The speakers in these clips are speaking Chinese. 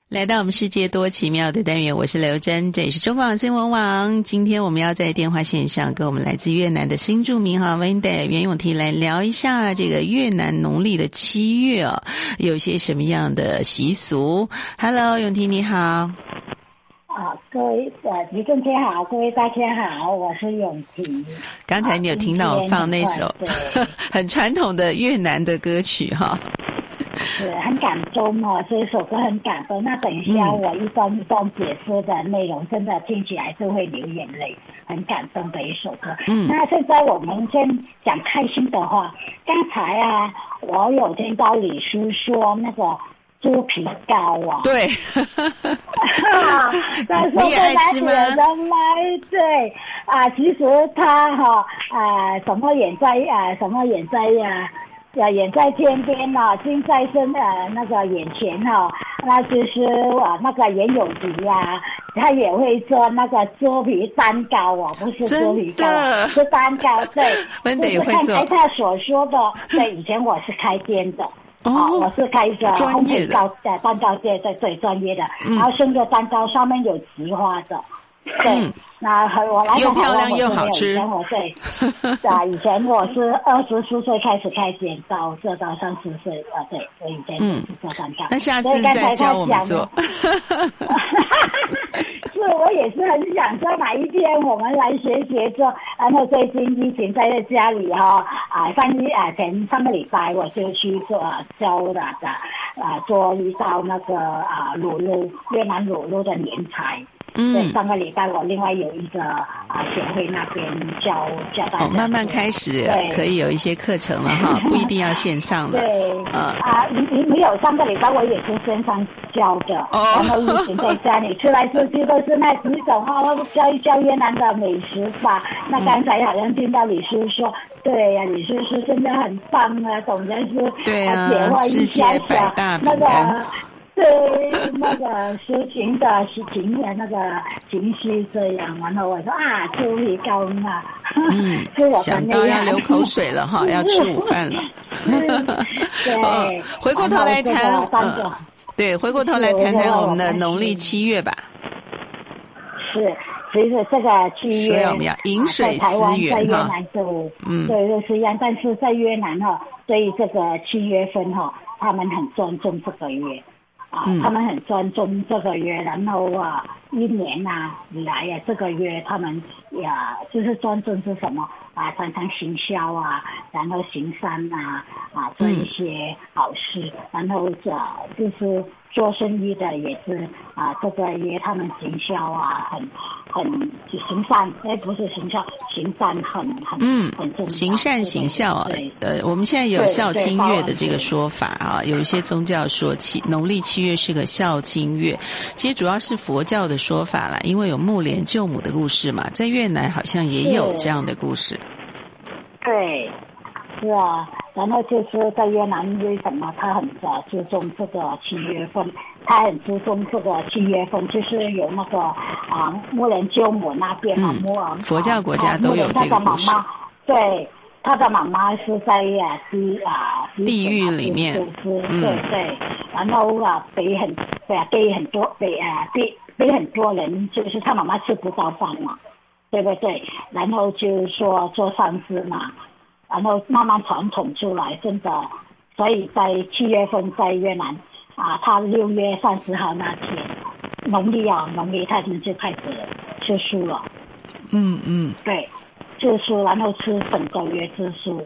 来到我们世界多奇妙的单元，我是刘真，这里是中广新闻网。今天我们要在电话线上跟我们来自越南的新住民Wendy 袁咏婷来聊一下这个越南农历的7月有些什么样的习俗。 Hello 咏婷你好。 各位李正天好，各位大家好，我是咏婷。 刚才你有听到我放那首很传统的越南的歌曲是很感动这首歌很感动。那等一下我一段一段解说的内容，真的听起来就会流眼泪，很感动的一首歌。那现在我们先讲开心的话。刚才我有听到李叔说那个猪皮糕对你也爱吃吗？对其实他什么远在远在天边近在身那个眼前那就是那个袁咏婷他也会做那个猪皮蛋糕不是猪皮糕是蛋糕。对，就是刚才他所说的对，以前我是开店的我是开着烘焙蛋糕店，最专业的然后生的蛋糕上面有菊花的对那我来又漂亮又好吃。 以前我是24岁开始开店，做到30岁对，我以前是做蛋糕。 那下次再教我们做。 是，我也是很想说哪一天我们来学做。然后最近疫情在家里上个礼拜我就去教做一道那个乳酪，越南乳酪的年菜。对，上个礼拜我另外有一个协会那边教大家慢慢开始可以有一些课程了不一定要线上了。 对没有，上个礼拜我也是线上教的然后疫情在家里吃来吃去都是那几种教一教越南的美食吧。那刚才好像听到李叔说对呀，李叔说真的很棒总之是对世界百大饼干对那个抒情的那个情绪这样。然后我说猪皮糕想到要流口水了要吃午饭了。 对回过头来谈对，回过头来谈谈我们的农历7月吧。 是，其实这个7月所以我们要饮水思源在越南对就是一样。但是在越南对于这个7月份他们很尊重这个月他们很尊重这个月。然后一年以来这个月他们就是尊重是什么常常行销然后行善做一些好事。然后就是做生意的也是这个月他们行销很行善不是行销，行善很重要。 行善行孝我们现在有孝亲月的这个说法有一些宗教说农历7月是个孝亲月，其实主要是佛教的说法啦，因为有木莲救母的故事嘛，在越南好像也有这样的故事。 对，是然后就是在越南为什么他很注重这个7月份，他很注重这个7月份，就是有那个木莲救母那边佛教国家都有这个故事。 对，他的妈妈是在地狱里面对，然后被很多人就是他妈妈吃不到饭嘛，对不对？然后就说做善事嘛，然后慢慢传统出来，真的。所以在7月份在越南他6月30号那天农历他们就开始吃素了。对，吃素，然后吃整个月吃素。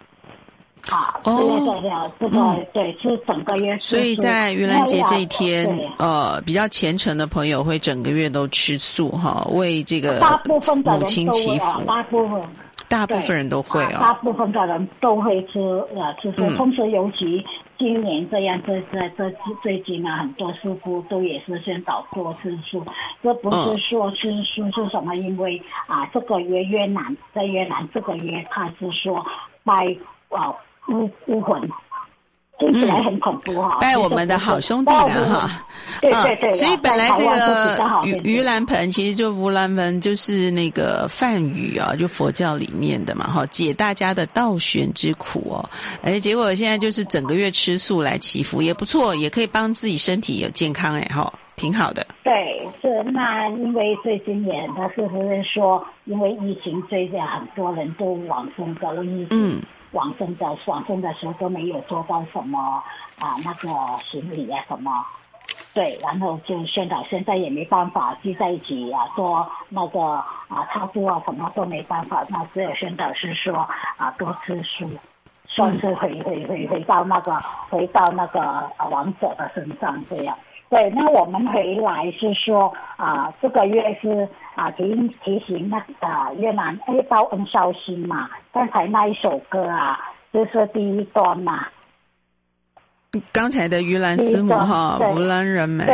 对，吃整个月吃素。 所以在盂兰节这一天比较虔诚的朋友会整个月都吃素为这个母亲祈福。大部分人都会大部分的人都会吃素。同时尤其今年这样最近很多师傅都也是宣导做吃素。这不是说吃素是什么，因为这个月在越南这个月他是说拜巫魂听起来很恐怖哈， 拜我们的好兄弟的哈。 对对对， 所以本来这个盂兰盆其实就盂兰盆就是那个梵语啊，就佛教里面的嘛哈，解大家的倒悬之苦哦。结果现在就是整个月吃素来祈福也不错，也可以帮自己身体有健康哈，挺好的。 对，是那因为最近也他是不是说因为疫情，最近很多人都往生的疫情。往生的时候都没有做到什么那个行礼啊什么，对，然后就宣导现在也没办法聚在一起做那个超度什么都没办法，那只有宣导是说多吃素，算是回到那个亡者的身上这样。对，那我们回来是说这个月是提醒那越南报恩绍兴嘛，刚才那一首歌就是第一段嘛。 刚才的盂兰师母哈，无兰人美。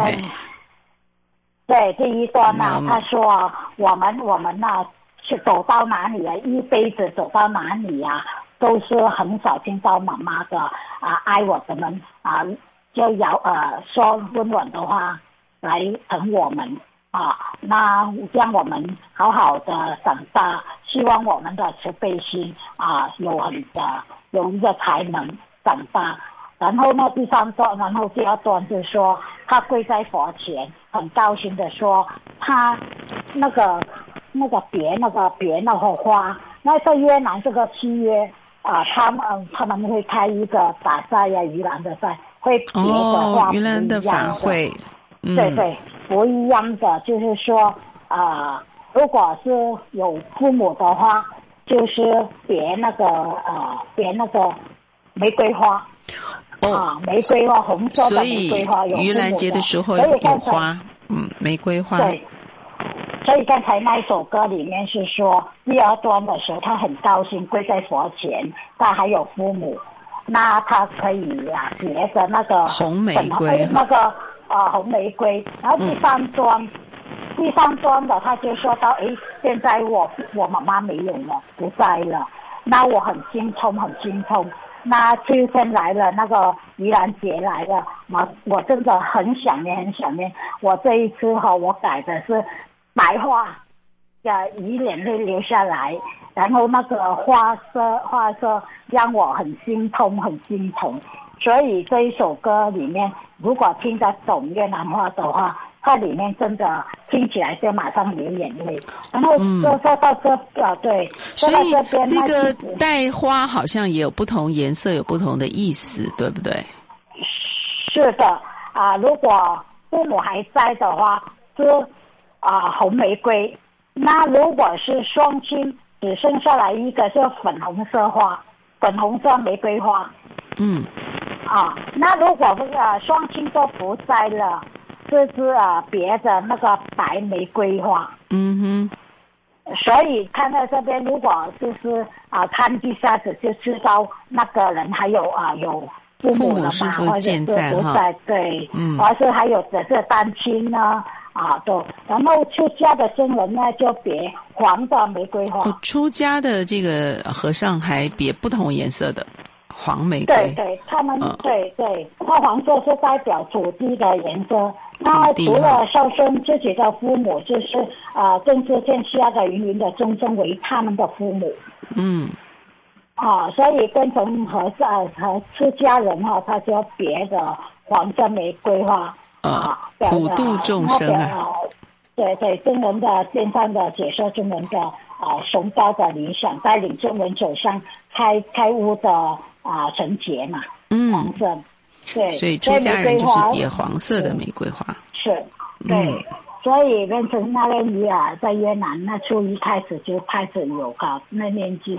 对，第一段他说我们去走到哪里一辈子走到哪里都是很少听到妈妈的爱我们就要说温暖的话来疼我们那让我们好好的长大，希望我们的慈悲心有一个才能长大。然后呢，第三段，然后第二段就是说他跪在佛前，很高兴的说他那个别那个花，那在越南这个7月他们会开一个打斋盂兰的斋，会别的话盂兰的法会， 对对，不一样的，就是说如果是有父母的话，就是别那个玫瑰花玫瑰花，红色的玫瑰花，有盂兰节的时候有花，玫瑰花。 对，所以刚才那一首歌里面是说第二段的时候，他很高兴跪在佛前，他还有父母，那他可以别着那个红玫瑰， 那个红玫瑰。然后第三段的他就说到现在我妈妈没有了，不在了，那我很心痛。那秋天来了，那个盂兰节来了，我真的很想念。我这一次我改的是白花，以眼泪流下来，然后那个花色让我很心痛。所以这一首歌里面，如果听得懂越南话的话，它里面真的听起来就马上流眼泪。然后说到这对， 所以这个带花好像也有不同颜色，有不同的意思，对不对？ 是的如果父母还在的话是红玫瑰，那如果是双亲只剩下来一个是粉红色玫瑰花。那如果双亲都不在了，就是别的那个白玫瑰花。所以看到这边，如果就是看一下子就知道那个人还有父母了嘛，或者是不在，对，而是还有只是单亲呢对。然后出家的僧人呢就别黄的玫瑰花。 出家的这个和尚还别不同颜色的黄玫瑰。 对，他们对，那黄色是代表土地的颜色。那除了孝顺自己的父母，就是正是天下的芸芸的众生为他们的父母。所以变成和出家人他就别的黄色玫瑰花普度众生对，中文的电商的解说中文的崇高的理想，带领中文走向开悟的纯洁嘛。黄色，对， 所以出家人就是别黄色的玫瑰花。 是，对。所以变成那边在越南那初一开始就开始有那念经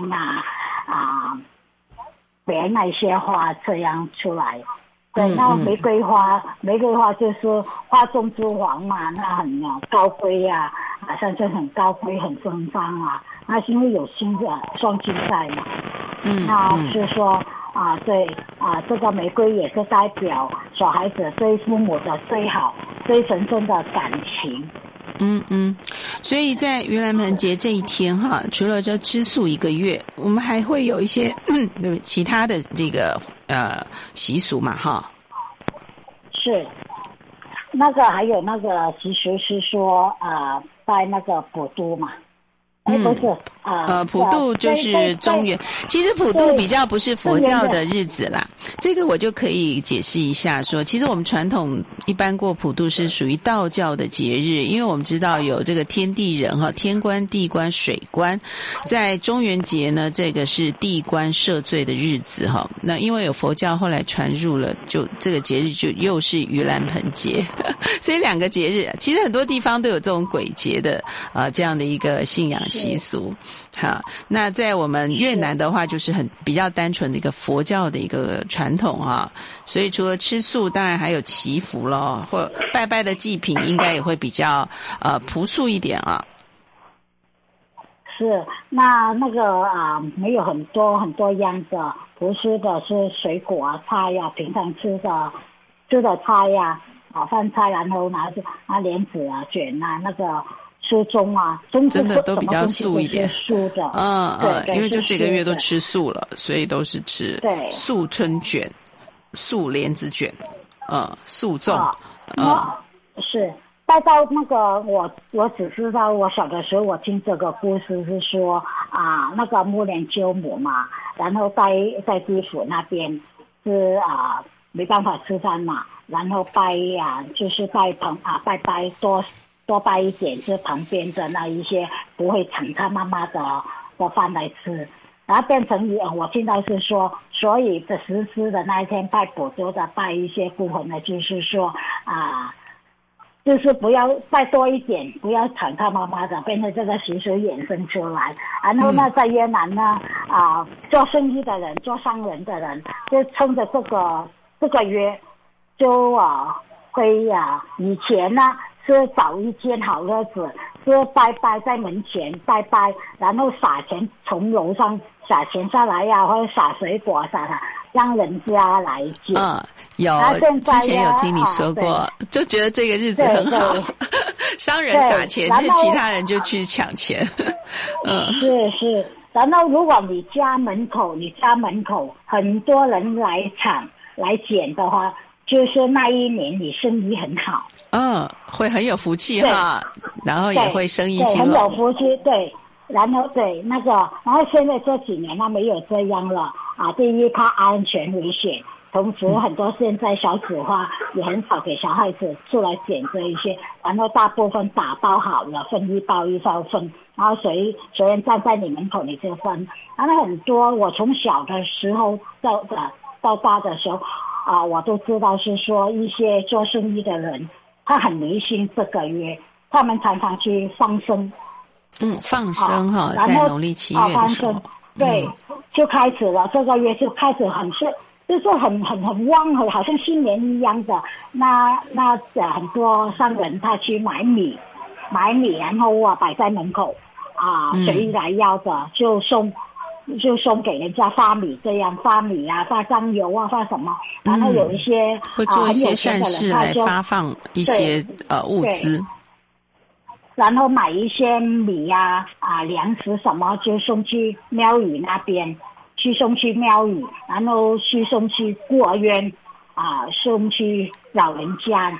别那些花这样出来。对，那玫瑰花就是花中之王嘛，那很高贵好像就很高贵很芬芳那是因为有双亲在嘛。那是说对这个玫瑰也是代表小孩子对父母的最好最神圣的感情。 所以在盂兰盆节这一天除了这吃素1个月，我们还会有一些其他的这个习俗嘛哈。 是，那个还有那个习俗是说拜那个普渡嘛。不是普渡就是中元，其实普渡比较不是佛教的日子啦。这个我就可以解释一下说，其实我们传统一般过普渡是属于道教的节日，因为我们知道有这个天地人哈，天官、地官、水官，在中元节呢，这个是地官赦罪的日子哈。那因为有佛教后来传入了，就这个节日就又是盂兰盆节，所以两个节日其实很多地方都有这种鬼节的这样的一个信仰习俗。好，那在我们越南的话，就是比较单纯的一个佛教的一个传统啊，所以除了吃素，当然还有祈福咯，或拜拜的祭品应该也会比较朴素一点啊。 是，那个没有很多样的，朴素的是水果啊、菜呀、平常吃的菜呀、饭菜，然后拿莲子啊、卷啊那个。素粽啊， 真的都比较素一点， 素的， 因为就这个月都吃素了，所以都是吃素春卷、素莲子卷，素粽， 是。带到那个我只知道，我小的时候我听这个故事是说那个木莲救母嘛，然后在地府那边是没办法吃饭嘛，然后就是拜多拜一点，就旁边的那一些不会抢他妈妈的饭来吃，然后变成我听到是说，所以的实施的那一天拜普渡的拜一些孤魂的，就是说就是不要拜多一点，不要抢他妈妈的，变成这个习俗衍生出来。然后呢，在越南呢做生意的人、做商人的人，就趁着这个月，就会以前呢。是找一天好日子，是拜拜在门前拜拜，然后撒钱，从楼上撒钱下来呀，或者撒水果撒它，让人家来捡。 有之前有听你说过，就觉得这个日子很好，商人撒钱，其他人就去抢钱。 是。然后如果你家门口很多人来抢来捡的话。就是那一年你生意很好， 会很有福气哈，然后也会生意兴隆， 很有福气，对，然后然后现在这几年它没有这样了第一它安全危险，同时很多现在少子化也很少给小孩子出来捡这一些，然后大部分打包好了分一包一包分，然后谁人站在你门口你就分，然后很多我从小的时候到大的时候我都知道是说一些做生意的人，他很迷信这个月，他们常常去放生。 放生在农历7月的时候， 对，就开始了，这个月就开始就是很旺，好像新年一样的。那很多商人他去买米，然后摆在门口谁来要的就送给人家发米，这样发米发酱油发什么，然后有一些会做一些善事来发放一些物资， 然后买一些米粮食什么就送去庙宇那边，送去庙宇，然后送去孤儿院送去老人家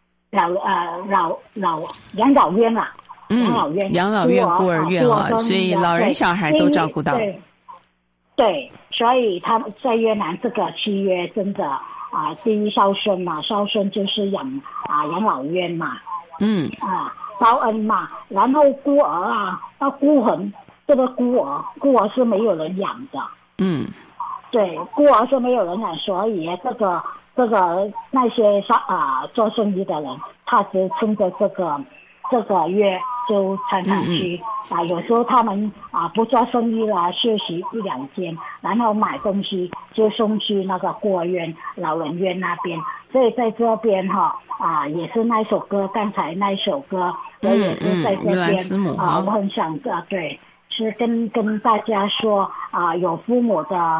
养老院啦。 养老院、孤儿院所以老人小孩都照顾到。 对，所以他们在越南这个7月真的第一孝顺嘛，孝顺就是养老院嘛，报恩嘛，然后孤儿孤魂，这个孤儿是没有人养的，对，孤儿是没有人养，所以这个那些做生意的人，他只趁着这个月就常常去有时候他们不做生意啦，休息1-2天，然后买东西就送去那个孤儿院、老人院那边。所以在这边也是那首歌，刚才那首歌我也是在这边我很想对，是跟大家说有父母的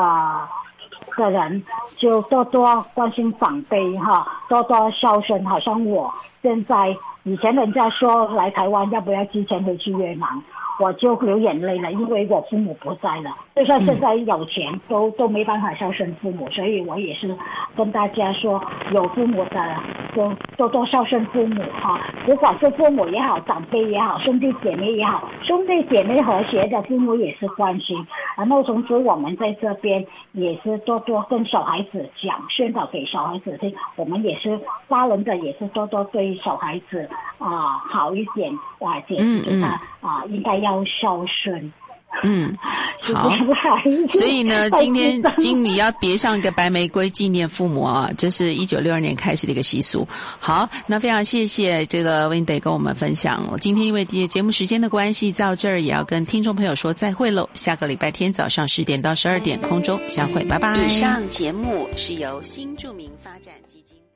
人就多多关心长辈多多孝顺。好像我现在以前人家说来台湾要不要寄钱回去越南， 我就流眼泪了，因为我父母不在了，就算现在有钱都没办法孝顺父母，所以我也是跟大家说，有父母的就多多孝顺父母哈，不管是父母也好，长辈也好，兄弟姐妹也好，兄弟姐妹和谐的父母也是关心。然后同时我们在这边也是多多跟小孩子讲，宣导给小孩子听，我们也是大人的也是多多对小孩子好一点解释给他应该要孝顺。 好，所以呢，今天经理要别上一个白玫瑰纪念父母啊，这是1962年开始的一个习俗。好，那非常谢谢这个 Wendy 跟我们分享。我今天因为节目时间的关系，到这儿也要跟听众朋友说再会喽。下个礼拜天早上10点到12点空中相会，拜拜。以上节目是由新住民发展基金。